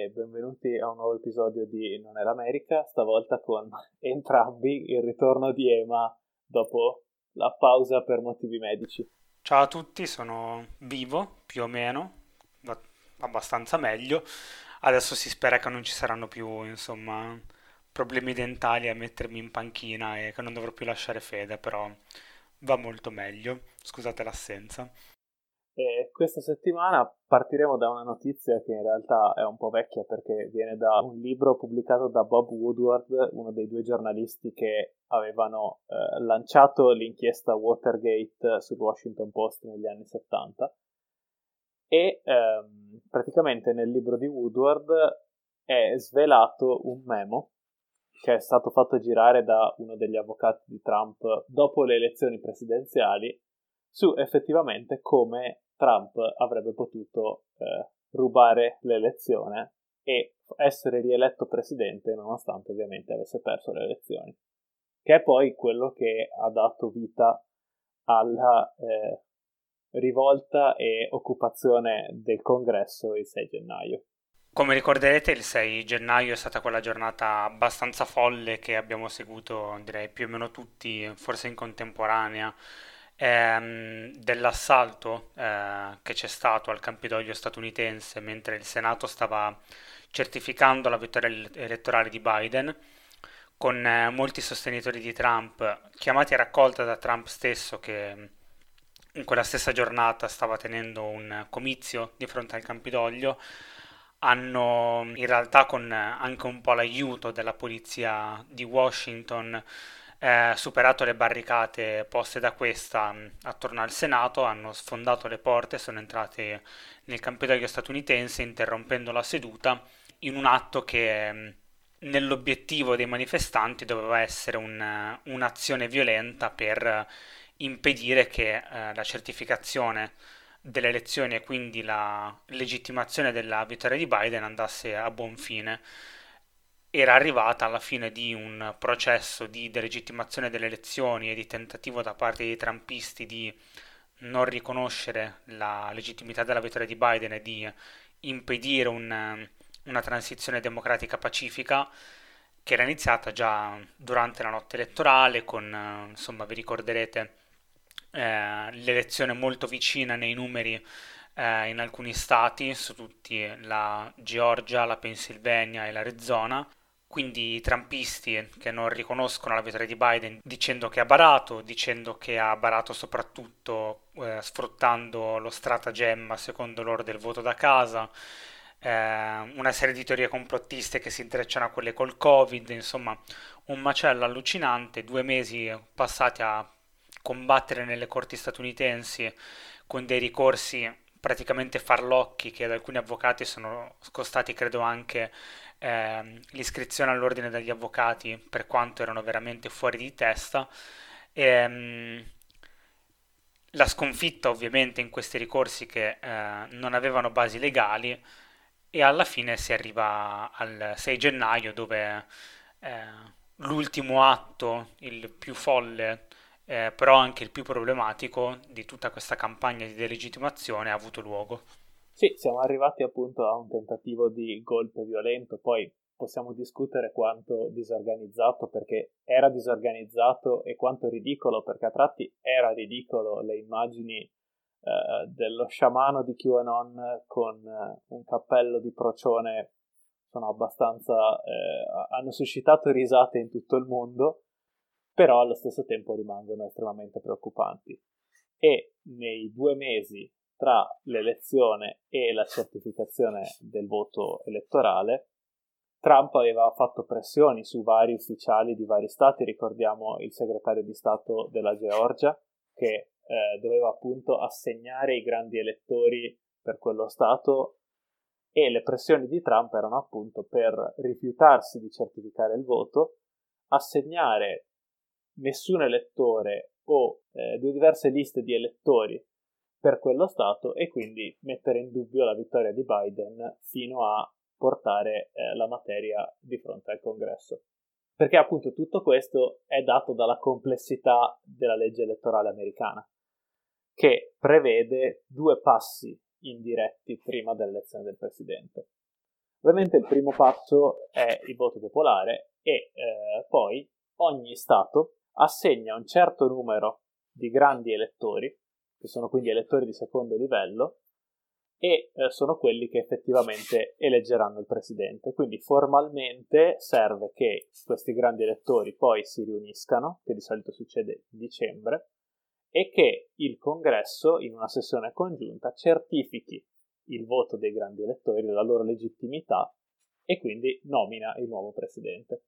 e benvenuti a un nuovo episodio di Non è l'America, stavolta con entrambi il ritorno di Ema dopo la pausa per motivi medici. Ciao a tutti, sono vivo più o meno, va- abbastanza meglio. Adesso si spera che non ci saranno più, insomma, problemi dentali a mettermi in panchina e che non dovrò più lasciare fede, però va molto meglio. Scusate l'assenza. E questa settimana partiremo da una notizia che in realtà è un po' vecchia perché viene da un libro pubblicato da Bob Woodward, uno dei due giornalisti che avevano lanciato l'inchiesta Watergate sul Washington Post negli anni 70 e praticamente nel libro di Woodward è svelato un memo che è stato fatto girare da uno degli avvocati di Trump dopo le elezioni presidenziali su effettivamente come Trump avrebbe potuto rubare l'elezione e essere rieletto presidente nonostante ovviamente avesse perso le elezioni, che è poi quello che ha dato vita alla rivolta e occupazione del congresso il 6 gennaio. Come ricorderete, il 6 gennaio è stata quella giornata abbastanza folle che abbiamo seguito, direi più o meno tutti, forse in contemporanea, dell'assalto che c'è stato al Campidoglio statunitense mentre il Senato stava certificando la vittoria elettorale di Biden, con molti sostenitori di Trump chiamati a raccolta da Trump stesso che in quella stessa giornata stava tenendo un comizio di fronte al Campidoglio. Hanno in realtà con anche un po' l'aiuto della polizia di Washington superato le barricate poste da questa attorno al Senato, hanno sfondato le porte, sono entrati nel Campidoglio statunitense interrompendo la seduta in un atto che nell'obiettivo dei manifestanti doveva essere un'azione violenta per impedire che la certificazione delle elezioni e quindi la legittimazione della vittoria di Biden andasse a buon fine. Era arrivata alla fine di un processo di delegittimazione delle elezioni e di tentativo da parte dei trumpisti di non riconoscere la legittimità della vittoria di Biden e di impedire una transizione democratica pacifica che era iniziata già durante la notte elettorale con, insomma, vi ricorderete, l'elezione molto vicina nei numeri in alcuni stati, su tutti la Georgia, la Pennsylvania e l'Arizona. Quindi i trumpisti che non riconoscono la vittoria di Biden dicendo che ha barato soprattutto sfruttando lo stratagemma secondo loro del voto da casa, una serie di teorie complottiste che si intrecciano a quelle col Covid, insomma un macello allucinante, 2 mesi passati a combattere nelle corti statunitensi con dei ricorsi praticamente farlocchi che ad alcuni avvocati sono costati, credo, anche l'iscrizione all'ordine degli avvocati per quanto erano veramente fuori di testa. Ehm, la sconfitta ovviamente in questi ricorsi che non avevano basi legali e alla fine si arriva al 6 gennaio dove eh, l'ultimo atto, il più folle, però anche il più problematico di tutta questa campagna di delegittimazione ha avuto luogo. Sì, siamo arrivati appunto a un tentativo di golpe violento, poi possiamo discutere quanto disorganizzato, perché era disorganizzato, e quanto ridicolo, perché a tratti era ridicolo. Le immagini dello sciamano di QAnon con un cappello di procione sono abbastanza... hanno suscitato risate in tutto il mondo, però allo stesso tempo rimangono estremamente preoccupanti. E nei 2 mesi tra l'elezione e la certificazione del voto elettorale, Trump aveva fatto pressioni su vari ufficiali di vari stati, ricordiamo il segretario di Stato della Georgia, che doveva appunto assegnare i grandi elettori per quello Stato, e le pressioni di Trump erano appunto per rifiutarsi di certificare il voto, assegnare nessun elettore o due diverse liste di elettori per quello Stato e quindi mettere in dubbio la vittoria di Biden fino a portare la materia di fronte al Congresso. Perché appunto tutto questo è dato dalla complessità della legge elettorale americana, che prevede due passi indiretti prima dell'elezione del presidente. Ovviamente il primo passo è il voto popolare e poi ogni Stato assegna un certo numero di grandi elettori, che sono quindi elettori di secondo livello, e sono quelli che effettivamente eleggeranno il presidente. Quindi formalmente serve che questi grandi elettori poi si riuniscano, che di solito succede in dicembre, e che il congresso, in una sessione congiunta, certifichi il voto dei grandi elettori, la loro legittimità, e quindi nomina il nuovo presidente.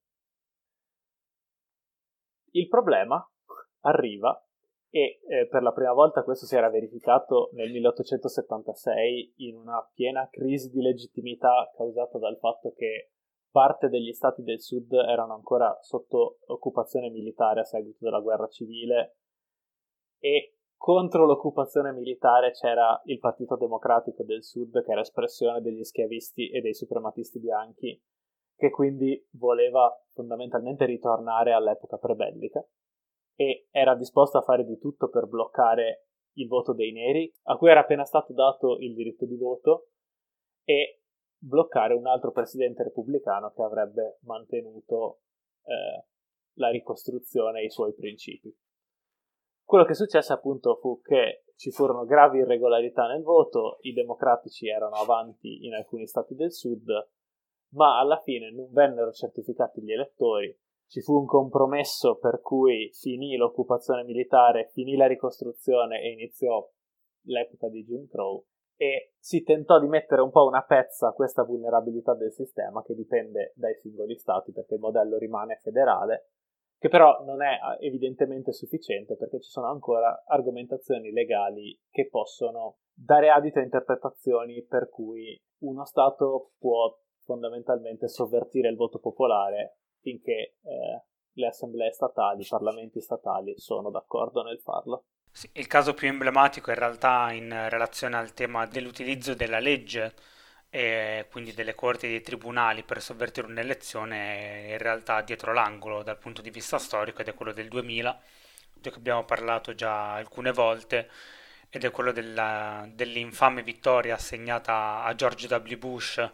Il problema arriva e per la prima volta questo si era verificato nel 1876 in una piena crisi di legittimità causata dal fatto che parte degli stati del sud erano ancora sotto occupazione militare a seguito della guerra civile e contro l'occupazione militare c'era il Partito Democratico del Sud, che era espressione degli schiavisti e dei suprematisti bianchi, che quindi voleva fondamentalmente ritornare all'epoca prebellica e era disposto a fare di tutto per bloccare il voto dei neri, a cui era appena stato dato il diritto di voto, e bloccare un altro presidente repubblicano che avrebbe mantenuto la ricostruzione e i suoi principi. Quello che successe appunto fu che ci furono gravi irregolarità nel voto, i democratici erano avanti in alcuni stati del sud, ma alla fine non vennero certificati gli elettori, ci fu un compromesso per cui finì l'occupazione militare, finì la ricostruzione e iniziò l'epoca di Jim Crow e si tentò di mettere un po' una pezza a questa vulnerabilità del sistema che dipende dai singoli stati perché il modello rimane federale, che però non è evidentemente sufficiente perché ci sono ancora argomentazioni legali che possono dare adito a interpretazioni per cui uno Stato può fondamentalmente sovvertire il voto popolare finché le assemblee statali, i parlamenti statali sono d'accordo nel farlo. Sì, il caso più emblematico in realtà in relazione al tema dell'utilizzo della legge e quindi delle corti e dei tribunali per sovvertire un'elezione è in realtà dietro l'angolo dal punto di vista storico ed è quello del 2000, di cui abbiamo parlato già alcune volte, ed è quello dell'infame vittoria assegnata a George W. Bush,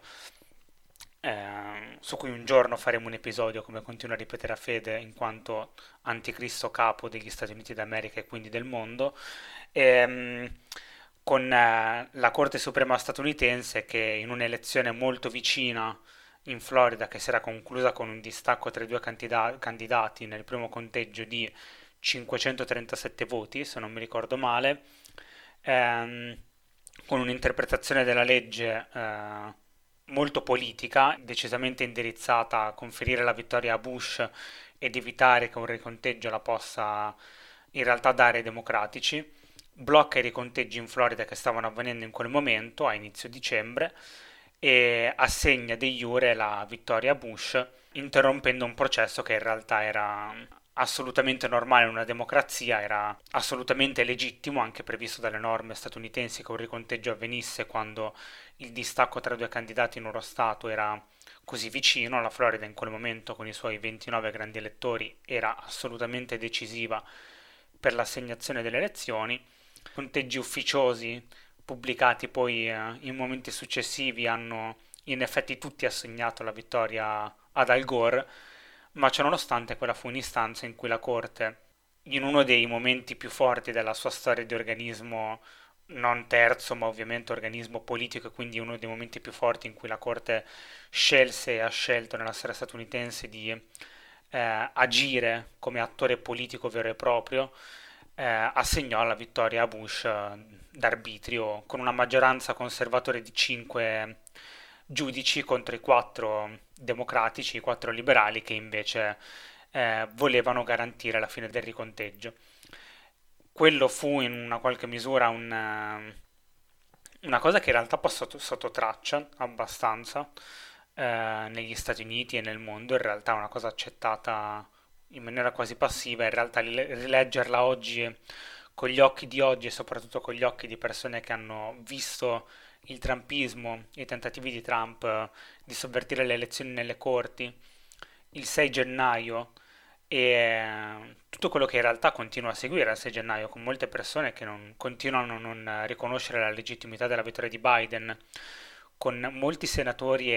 su cui un giorno faremo un episodio, come continua a ripetere a Fede, in quanto anticristo capo degli Stati Uniti d'America e quindi del mondo, ehm, con la Corte Suprema statunitense che in un'elezione molto vicina in Florida, che si era conclusa con un distacco tra i due candidati nel primo conteggio di 537 voti, se non mi ricordo male, ehm, con un'interpretazione della legge molto politica, decisamente indirizzata a conferire la vittoria a Bush ed evitare che un riconteggio la possa in realtà dare ai democratici, blocca i riconteggi in Florida che stavano avvenendo in quel momento, a inizio dicembre, e assegna de jure la vittoria a Bush, interrompendo un processo che in realtà era assolutamente normale in una democrazia, era assolutamente legittimo, anche previsto dalle norme statunitensi che un riconteggio avvenisse quando il distacco tra due candidati in uno Stato era così vicino. La Florida in quel momento, con i suoi 29 grandi elettori, era assolutamente decisiva per l'assegnazione delle elezioni. Conteggi ufficiosi pubblicati poi in momenti successivi hanno in effetti tutti assegnato la vittoria ad Al Gore, ma ciononostante quella fu un'istanza in cui la Corte, in uno dei momenti più forti della sua storia di organismo, non terzo, ma ovviamente organismo politico, e quindi uno dei momenti più forti in cui la Corte scelse e ha scelto nella storia statunitense di agire come attore politico vero e proprio, assegnò la vittoria a Bush d'arbitrio con una maggioranza conservatore di 5 giudici contro i 4 democratici, i 4 liberali che invece volevano garantire la fine del riconteggio. Quello fu in una qualche misura una cosa che in realtà passò sotto traccia abbastanza negli Stati Uniti e nel mondo, in realtà è una cosa accettata in maniera quasi passiva, in realtà rileggerla oggi con gli occhi di oggi e soprattutto con gli occhi di persone che hanno visto il trumpismo, i tentativi di Trump di sovvertire le elezioni nelle corti il 6 gennaio e tutto quello che in realtà continua a seguire il 6 gennaio con molte persone che continuano a non riconoscere la legittimità della vittoria di Biden, con molti senatori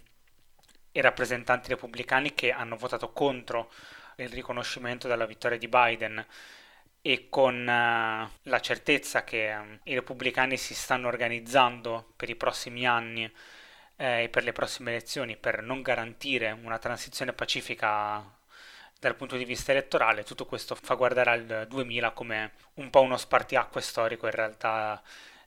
e rappresentanti repubblicani che hanno votato contro il riconoscimento della vittoria di Biden e con la certezza che i repubblicani si stanno organizzando per i prossimi anni e per le prossime elezioni per non garantire una transizione pacifica dal punto di vista elettorale, tutto questo fa guardare al 2000 come un po' uno spartiacque storico in realtà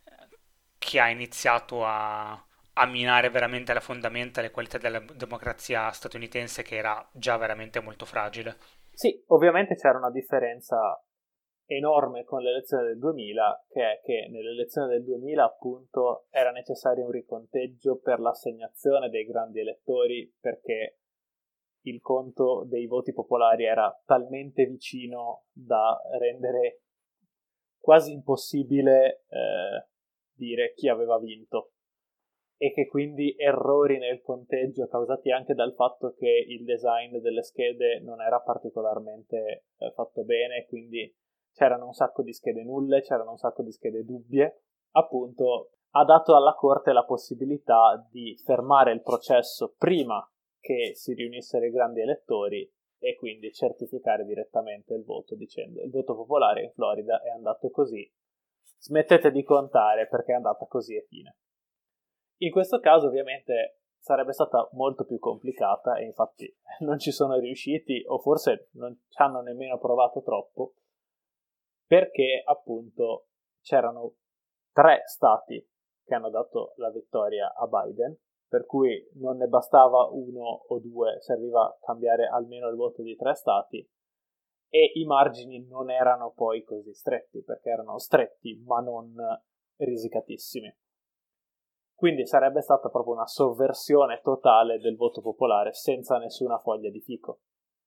che ha iniziato a minare veramente le fondamenta, le qualità della democrazia statunitense che era già veramente molto fragile. Sì, ovviamente c'era una differenza enorme con l'elezione del 2000, che è che nell'elezione del 2000 appunto era necessario un riconteggio per l'assegnazione dei grandi elettori, perché il conto dei voti popolari era talmente vicino da rendere quasi impossibile dire chi aveva vinto, e che quindi errori nel conteggio causati anche dal fatto che il design delle schede non era particolarmente fatto bene, quindi c'erano un sacco di schede nulle, c'erano un sacco di schede dubbie, appunto ha dato alla Corte la possibilità di fermare il processo prima che si riunissero i grandi elettori e quindi certificare direttamente il voto, dicendo il voto popolare in Florida è andato così, smettete di contare perché è andata così e fine. In questo caso ovviamente sarebbe stata molto più complicata e infatti non ci sono riusciti, o forse non ci hanno nemmeno provato troppo, perché appunto c'erano 3 stati che hanno dato la vittoria a Biden, per cui non ne bastava 1 o 2, serviva cambiare almeno il voto di 3 stati, e i margini non erano poi così stretti, perché erano stretti ma non risicatissimi. Quindi sarebbe stata proprio una sovversione totale del voto popolare senza nessuna foglia di fico.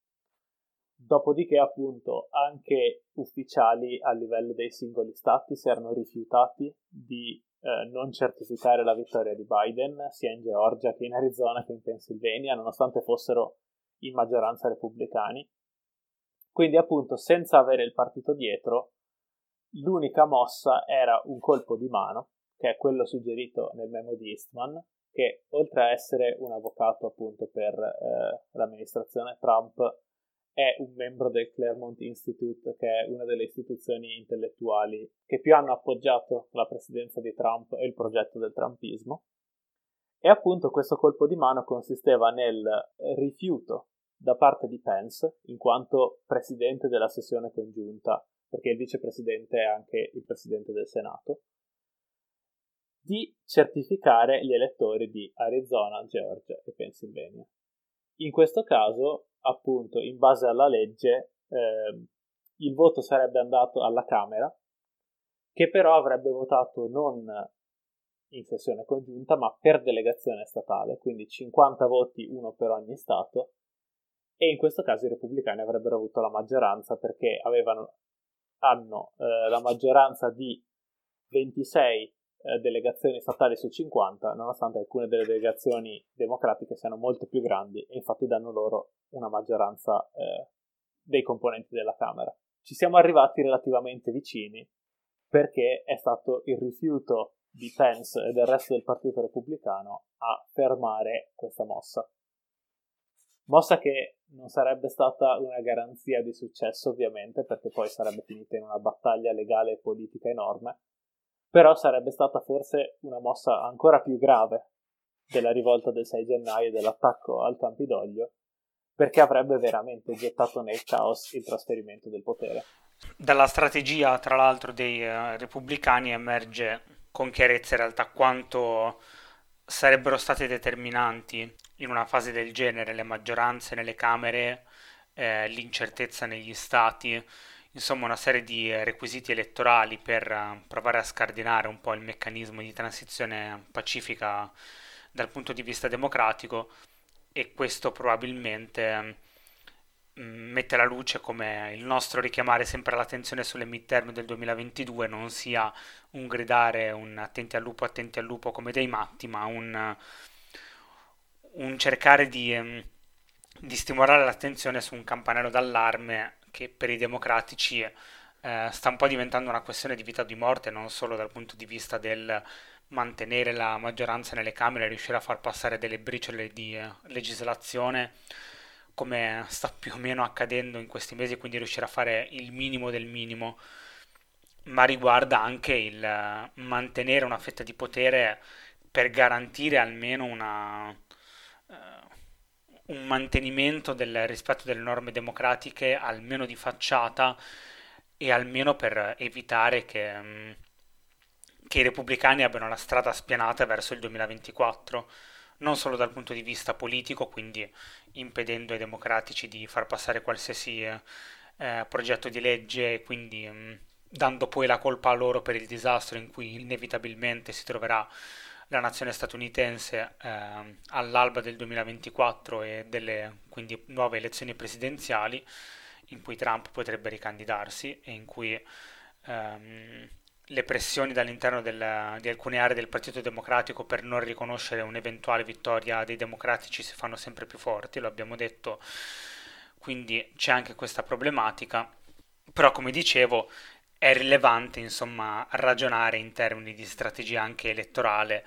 Dopodiché, appunto, anche ufficiali a livello dei singoli stati si erano rifiutati di non certificare la vittoria di Biden, sia in Georgia che in Arizona che in Pennsylvania, nonostante fossero in maggioranza repubblicani. Quindi, appunto, senza avere il partito dietro, l'unica mossa era un colpo di mano, che è quello suggerito nel memo di Eastman, che oltre a essere un avvocato appunto per l'amministrazione Trump, è un membro del Claremont Institute, che è una delle istituzioni intellettuali che più hanno appoggiato la presidenza di Trump e il progetto del trumpismo. E appunto questo colpo di mano consisteva nel rifiuto da parte di Pence, in quanto presidente della sessione congiunta, perché il vicepresidente è anche il presidente del Senato, di certificare gli elettori di Arizona, Georgia e Pennsylvania. In questo caso, appunto, in base alla legge, il voto sarebbe andato alla Camera, che però avrebbe votato non in sessione congiunta, ma per delegazione statale, quindi 50 voti, uno per ogni stato, e in questo caso i repubblicani avrebbero avuto la maggioranza perché hanno la maggioranza di 26 delegazioni statali su 50, nonostante alcune delle delegazioni democratiche siano molto più grandi e infatti danno loro una maggioranza dei componenti della Camera. Ci siamo arrivati relativamente vicini perché è stato il rifiuto di Pence e del resto del Partito Repubblicano a fermare questa mossa. Mossa che non sarebbe stata una garanzia di successo ovviamente, perché poi sarebbe finita in una battaglia legale e politica enorme, però sarebbe stata forse una mossa ancora più grave della rivolta del 6 gennaio e dell'attacco al Campidoglio, perché avrebbe veramente gettato nel caos il trasferimento del potere. Dalla strategia, tra l'altro, dei repubblicani emerge con chiarezza in realtà quanto sarebbero state determinanti in una fase del genere le maggioranze nelle Camere, l'incertezza negli stati, insomma una serie di requisiti elettorali per provare a scardinare un po' il meccanismo di transizione pacifica dal punto di vista democratico, e questo probabilmente mette alla luce come il nostro richiamare sempre l'attenzione sulle midterm del 2022 non sia un gridare un attenti al lupo come dei matti, ma un cercare di stimolare l'attenzione su un campanello d'allarme che per i democratici sta un po' diventando una questione di vita o di morte, non solo dal punto di vista del mantenere la maggioranza nelle Camere e riuscire a far passare delle briciole di legislazione, come sta più o meno accadendo in questi mesi, quindi riuscire a fare il minimo del minimo, ma riguarda anche il mantenere una fetta di potere per garantire almeno un mantenimento del rispetto delle norme democratiche, almeno di facciata, e almeno per evitare che i repubblicani abbiano la strada spianata verso il 2024, non solo dal punto di vista politico, quindi impedendo ai democratici di far passare qualsiasi progetto di legge, e quindi dando poi la colpa a loro per il disastro in cui inevitabilmente si troverà la nazione statunitense all'alba del 2024 e delle quindi nuove elezioni presidenziali in cui Trump potrebbe ricandidarsi e in cui ehm, le pressioni dall'interno di alcune aree del Partito Democratico per non riconoscere un'eventuale vittoria dei democratici si fanno sempre più forti, lo abbiamo detto, quindi c'è anche questa problematica, però come dicevo è rilevante insomma ragionare in termini di strategia anche elettorale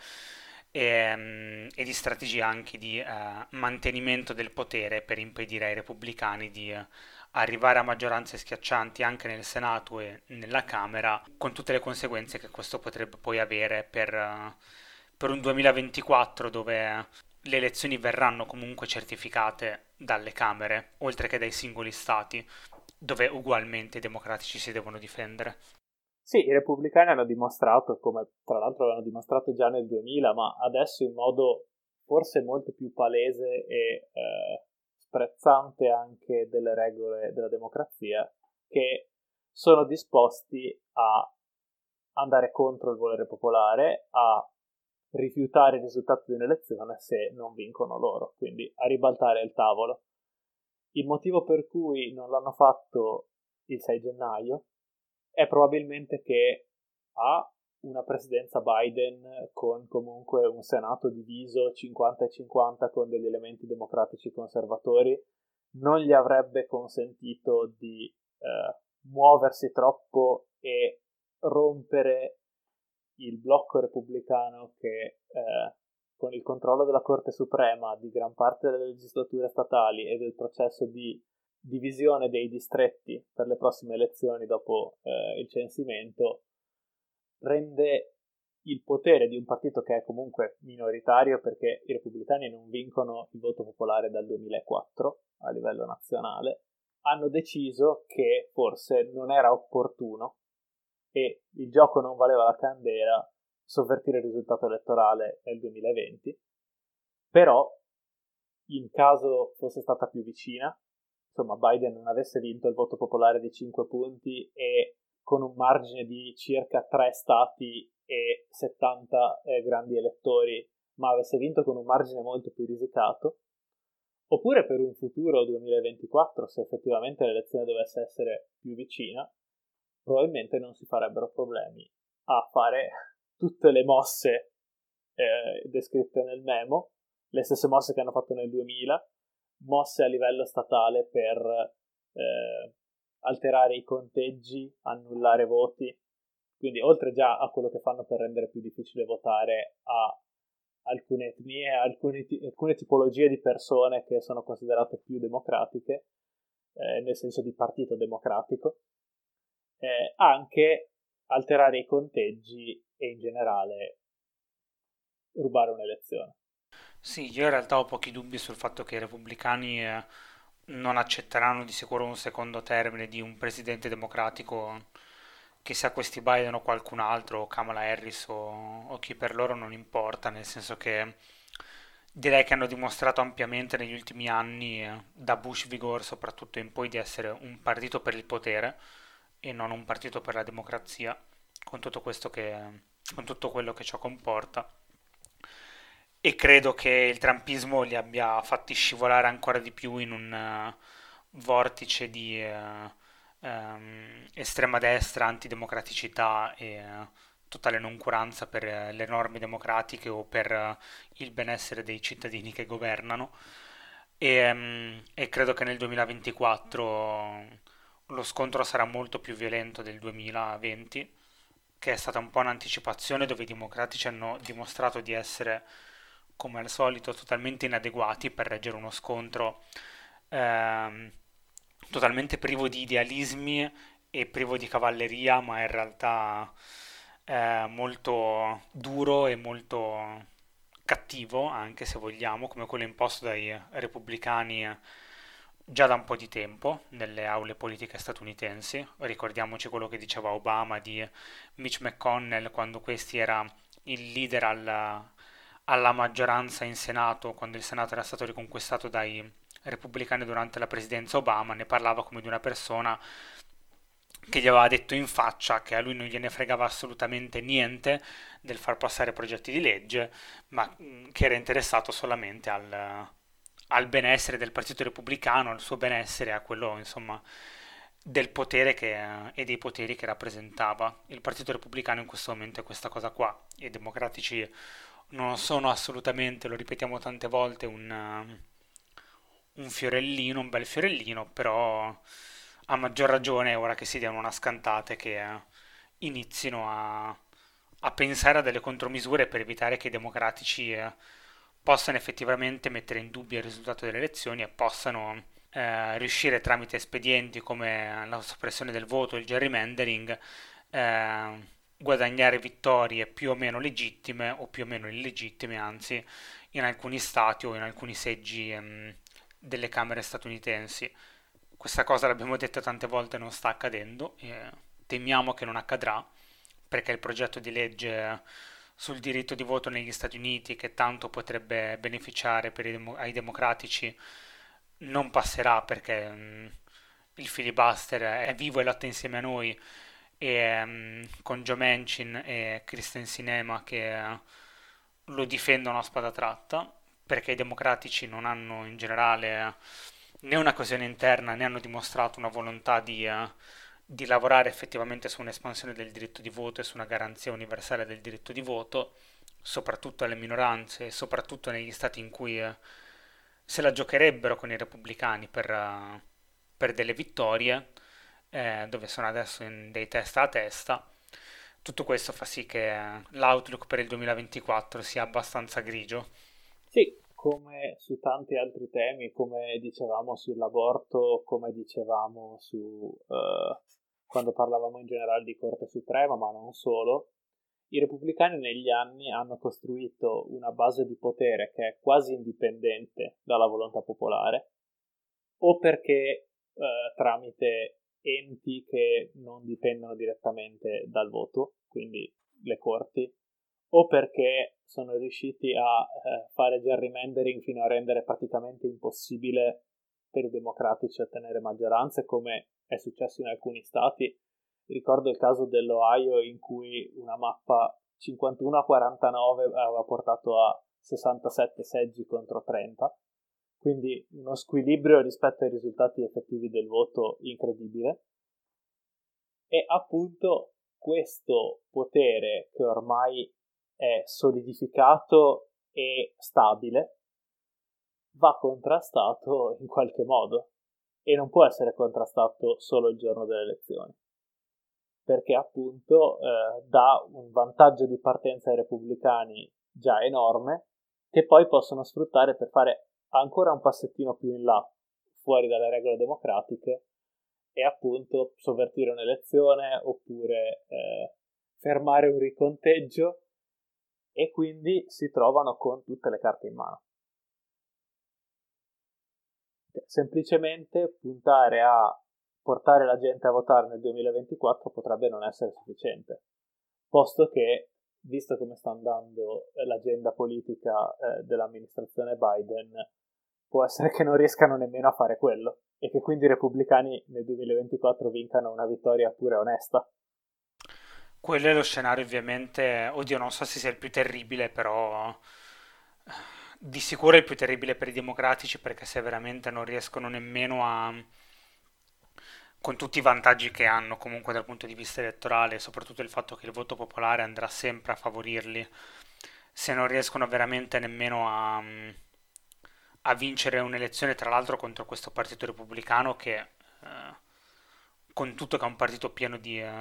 e di strategia anche di mantenimento del potere per impedire ai repubblicani di arrivare a maggioranze schiaccianti anche nel Senato e nella Camera, con tutte le conseguenze che questo potrebbe poi avere per un 2024 dove le elezioni verranno comunque certificate dalle Camere, oltre che dai singoli stati, dove ugualmente i democratici si devono difendere. Sì, i repubblicani hanno dimostrato, come tra l'altro avevano dimostrato già nel 2000, ma adesso in modo forse molto più palese e sprezzante anche delle regole della democrazia, che sono disposti a andare contro il volere popolare, a rifiutare il risultato di un'elezione se non vincono loro, quindi a ribaltare il tavolo. Il motivo per cui non l'hanno fatto il 6 gennaio è probabilmente che ha una presidenza Biden con comunque un Senato diviso 50 e 50 con degli elementi democratici conservatori, non gli avrebbe consentito di muoversi troppo e rompere il blocco repubblicano che con il controllo della Corte Suprema, di gran parte delle legislature statali e del processo di divisione dei distretti per le prossime elezioni dopo il censimento, rende il potere di un partito che è comunque minoritario perché i repubblicani non vincono il voto popolare dal 2004 a livello nazionale, hanno deciso che forse non era opportuno e il gioco non valeva la candela sovvertire il risultato elettorale nel 2020, però in caso fosse stata più vicina, insomma Biden non avesse vinto il voto popolare di 5 punti e con un margine di circa 3 stati e 70 grandi elettori, ma avesse vinto con un margine molto più risicato, oppure per un futuro 2024, se effettivamente l'elezione dovesse essere più vicina, probabilmente non si farebbero problemi a fare tutte le mosse descritte nel memo, le stesse mosse che hanno fatto nel 2000, mosse a livello statale per alterare i conteggi, annullare voti, quindi oltre già a quello che fanno per rendere più difficile votare a alcune etnie, alcune tipologie di persone che sono considerate più democratiche, nel senso di partito democratico, anche alterare i conteggi e in generale rubare un'elezione. Sì, io in realtà ho pochi dubbi sul fatto che i repubblicani non accetteranno di sicuro un secondo termine di un presidente democratico, che sia questi Biden o qualcun altro, o Kamala Harris o chi per loro non importa, nel senso che direi che hanno dimostrato ampiamente negli ultimi anni, da Bush Vigor soprattutto in poi, di essere un partito per il potere e non un partito per la democrazia, con tutto con tutto quello che ciò comporta. E credo che il trumpismo li abbia fatti scivolare ancora di più in un vortice di estrema destra, antidemocraticità e totale noncuranza per le norme democratiche o per il benessere dei cittadini che governano. E credo che nel 2024 lo scontro sarà molto più violento del 2020, che è stata un po' un'anticipazione dove i democratici hanno dimostrato di essere, come al solito, totalmente inadeguati per reggere uno scontro ehm, totalmente privo di idealismi e privo di cavalleria, ma in realtà molto duro e molto cattivo, anche se vogliamo, come quello imposto dai repubblicani già da un po' di tempo nelle aule politiche statunitensi. Ricordiamoci quello che diceva Obama di Mitch McConnell quando questi era il leader alla maggioranza in Senato, quando il Senato era stato riconquistato dai repubblicani durante la presidenza Obama, ne parlava come di una persona che gli aveva detto in faccia che a lui non gliene fregava assolutamente niente del far passare progetti di legge, ma che era interessato solamente al benessere del Partito Repubblicano, al suo benessere, a quello, insomma, del potere e dei poteri che rappresentava. Il Partito Repubblicano in questo momento è questa cosa qua. I democratici non sono assolutamente, lo ripetiamo tante volte, un fiorellino, un bel fiorellino, però a maggior ragione ora che si diano una scantata che inizino a pensare a delle contromisure per evitare che i democratici possano effettivamente mettere in dubbio il risultato delle elezioni e possano riuscire tramite espedienti come la soppressione del voto, il gerrymandering, guadagnare vittorie più o meno legittime o più o meno illegittime, anzi, in alcuni stati o in alcuni seggi delle Camere statunitensi. Questa cosa l'abbiamo detto tante volte, non sta accadendo e temiamo che non accadrà perché il progetto di legge sul diritto di voto negli Stati Uniti, che tanto potrebbe beneficiare ai democratici, non passerà perché il filibuster è vivo e lotta insieme a noi e con Joe Manchin e Kristen Sinema che lo difendono a spada tratta perché i democratici non hanno in generale né una coesione interna né hanno dimostrato una volontà di lavorare effettivamente su un'espansione del diritto di voto e su una garanzia universale del diritto di voto, soprattutto alle minoranze e soprattutto negli stati in cui se la giocherebbero con i repubblicani per delle vittorie, dove sono adesso in dei testa a testa. Tutto questo fa sì che l'outlook per il 2024 sia abbastanza grigio. Sì, come su tanti altri temi, come dicevamo sull'aborto, come dicevamo quando parlavamo in generale di Corte Suprema, ma non solo, i repubblicani negli anni hanno costruito una base di potere che è quasi indipendente dalla volontà popolare, o perché tramite enti che non dipendono direttamente dal voto, quindi le corti, o perché sono riusciti a fare gerrymandering fino a rendere praticamente impossibile per i democratici ottenere maggioranze, come è successo in alcuni stati. Ricordo il caso dell'Ohio in cui una mappa 51 a 49 aveva portato a 67 seggi contro 30, quindi uno squilibrio rispetto ai risultati effettivi del voto incredibile. E appunto questo potere che ormai è solidificato e stabile va contrastato in qualche modo e non può essere contrastato solo il giorno delle elezioni, perché appunto dà un vantaggio di partenza ai repubblicani già enorme che poi possono sfruttare per fare ancora un passettino più in là fuori dalle regole democratiche e appunto sovvertire un'elezione oppure fermare un riconteggio, e quindi si trovano con tutte le carte in mano. Semplicemente puntare a portare la gente a votare nel 2024 potrebbe non essere sufficiente, posto che, visto come sta andando l'agenda politica dell'amministrazione Biden, può essere che non riescano nemmeno a fare quello e che quindi i repubblicani nel 2024 vincano una vittoria pure onesta. Quello è lo scenario ovviamente, oddio non so se sia il più terribile, però di sicuro è il più terribile per i democratici perché se veramente non riescono nemmeno con tutti i vantaggi che hanno comunque dal punto di vista elettorale, soprattutto il fatto che il voto popolare andrà sempre a favorirli, se non riescono veramente nemmeno a vincere un'elezione, tra l'altro contro questo partito repubblicano che con tutto che è un partito pieno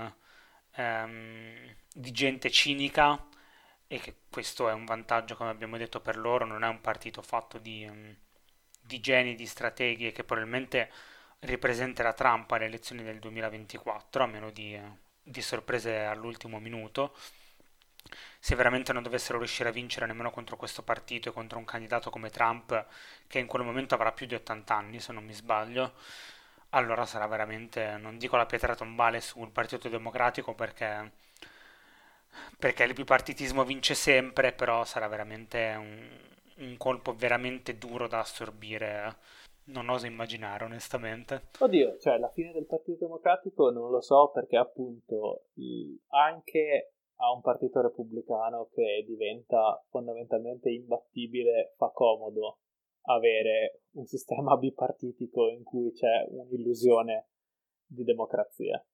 di gente cinica e che questo è un vantaggio, come abbiamo detto, per loro, non è un partito fatto di geni, di strateghi e che probabilmente ripresenterà Trump alle elezioni del 2024, a meno di sorprese all'ultimo minuto. Se veramente non dovessero riuscire a vincere nemmeno contro questo partito e contro un candidato come Trump, che in quel momento avrà più di 80 anni, se non mi sbaglio, allora sarà veramente, non dico la pietra tombale sul Partito Democratico perché il bipartitismo vince sempre, però sarà veramente un colpo veramente duro da assorbire. Non oso immaginare, onestamente. Oddio, cioè la fine del Partito Democratico non lo so perché appunto anche a un partito repubblicano che diventa fondamentalmente imbattibile fa comodo avere un sistema bipartitico in cui c'è un'illusione di democrazia.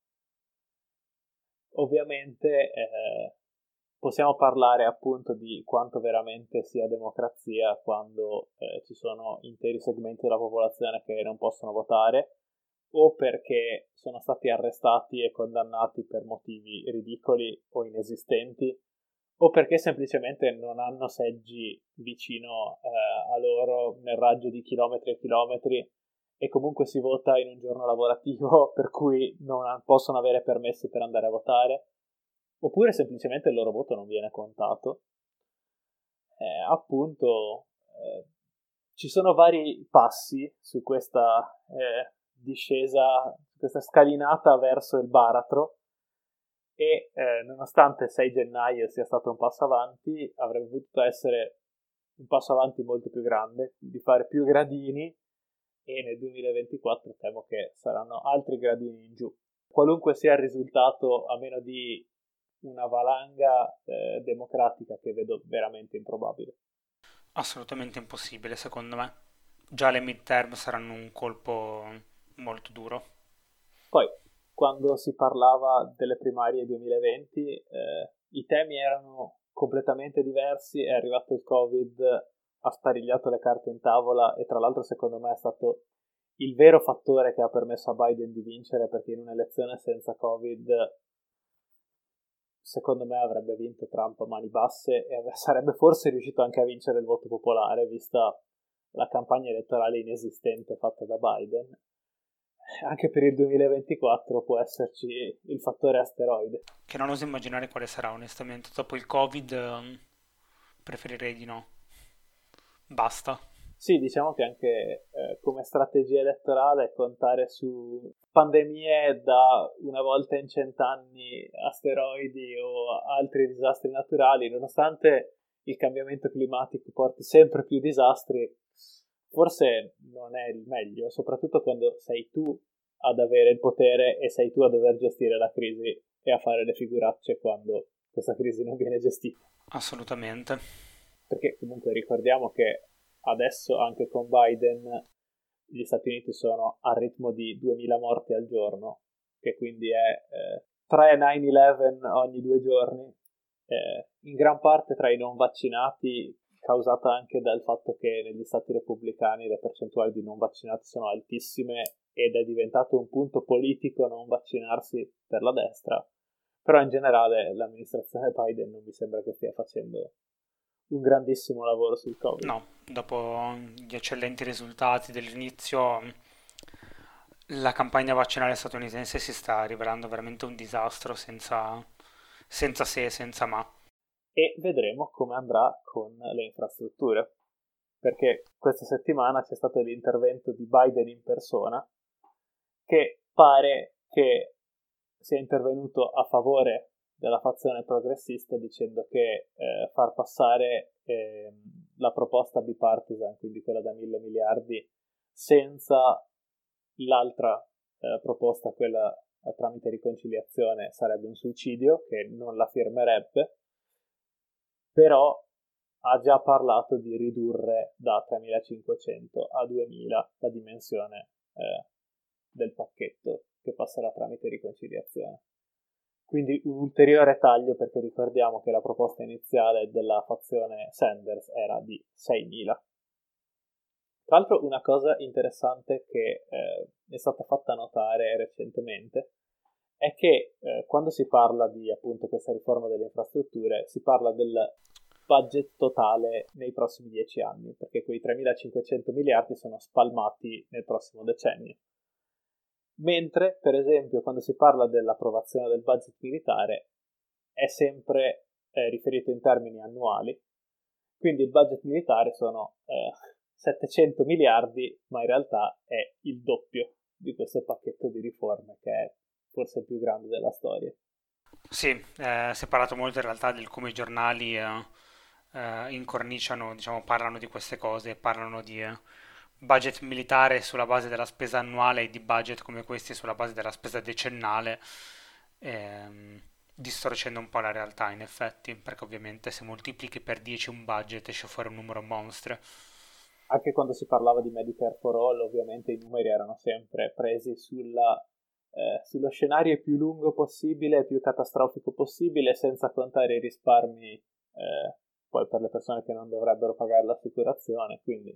Ovviamente possiamo parlare appunto di quanto veramente sia democrazia quando ci sono interi segmenti della popolazione che non possono votare o perché sono stati arrestati e condannati per motivi ridicoli o inesistenti o perché semplicemente non hanno seggi vicino a loro nel raggio di chilometri e chilometri e comunque si vota in un giorno lavorativo per cui non possono avere permessi per andare a votare, oppure semplicemente il loro voto non viene contato. Appunto, ci sono vari passi su questa discesa, su questa scalinata verso il baratro e nonostante 6 gennaio sia stato un passo avanti, avrebbe potuto essere un passo avanti molto più grande, di fare più gradini e nel 2024 temo che saranno altri gradini in giù. Qualunque sia il risultato, a meno di una valanga democratica che vedo veramente improbabile. Assolutamente impossibile, secondo me. Già le midterm saranno un colpo molto duro. Poi, quando si parlava delle primarie 2020, i temi erano completamente diversi, è arrivato il Covid, ha sparigliato le carte in tavola e tra l'altro secondo me è stato il vero fattore che ha permesso a Biden di vincere perché in un'elezione senza Covid secondo me avrebbe vinto Trump a mani basse e sarebbe forse riuscito anche a vincere il voto popolare vista la campagna elettorale inesistente fatta da Biden. Anche per il 2024 può esserci il fattore asteroide. Che non oso immaginare quale sarà, onestamente. Dopo il Covid, preferirei di no. Basta. Sì, diciamo che anche come strategia elettorale contare su pandemie da una volta in 100 anni, asteroidi o altri disastri naturali, nonostante il cambiamento climatico porti sempre più disastri, forse non è il meglio, soprattutto quando sei tu ad avere il potere e sei tu a dover gestire la crisi e a fare le figuracce quando questa crisi non viene gestita. Assolutamente. Perché comunque ricordiamo che adesso anche con Biden gli Stati Uniti sono al ritmo di 2000 morti al giorno, che quindi è 3 9/11 ogni 2 giorni, in gran parte tra i non vaccinati, causata anche dal fatto che negli stati repubblicani le percentuali di non vaccinati sono altissime ed è diventato un punto politico non vaccinarsi per la destra, però in generale l'amministrazione Biden non mi sembra che stia facendo un grandissimo lavoro sul Covid. No, dopo gli eccellenti risultati dell'inizio, la campagna vaccinale statunitense si sta rivelando veramente un disastro senza se e senza ma. E vedremo come andrà con le infrastrutture, perché questa settimana c'è stato l'intervento di Biden in persona, che pare che sia intervenuto a favore della fazione progressista dicendo che far passare la proposta bipartisan, quindi quella da 1.000 miliardi, senza l'altra proposta, quella tramite riconciliazione, sarebbe un suicidio, che non la firmerebbe, però ha già parlato di ridurre da 3.500 a 2.000 la dimensione del pacchetto che passerà tramite riconciliazione. Quindi un ulteriore taglio perché ricordiamo che la proposta iniziale della fazione Sanders era di 6.000. Tra l'altro una cosa interessante che è stata fatta notare recentemente è che quando si parla di appunto questa riforma delle infrastrutture si parla del budget totale nei prossimi 10 anni, perché quei 3.500 miliardi sono spalmati nel prossimo decennio. Mentre, per esempio, quando si parla dell'approvazione del budget militare è sempre riferito in termini annuali, quindi il budget militare sono 700 miliardi, ma in realtà è il doppio di questo pacchetto di riforme che è forse il più grande della storia. Sì, si è parlato molto in realtà di come i giornali incorniciano, diciamo, parlano di queste cose, parlano di budget militare sulla base della spesa annuale e di budget come questi sulla base della spesa decennale, distorcendo un po' la realtà in effetti, perché ovviamente se moltiplichi per 10 un budget esce fuori un numero mostro. Anche quando si parlava di Medicare for All, ovviamente i numeri erano sempre presi sullo scenario più lungo possibile, più catastrofico possibile, senza contare i risparmi poi per le persone che non dovrebbero pagare l'assicurazione. Quindi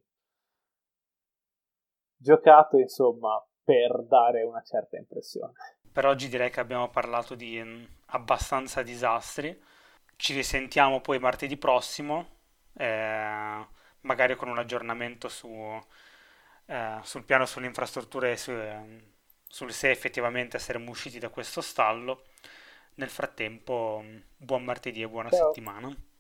giocato, insomma, per dare una certa impressione. Per oggi direi che abbiamo parlato di abbastanza disastri. Ci risentiamo poi martedì prossimo, magari con un aggiornamento sul piano sulle infrastrutture e sul se effettivamente saremo usciti da questo stallo. Nel frattempo, buon martedì e buona Ciao. settimana.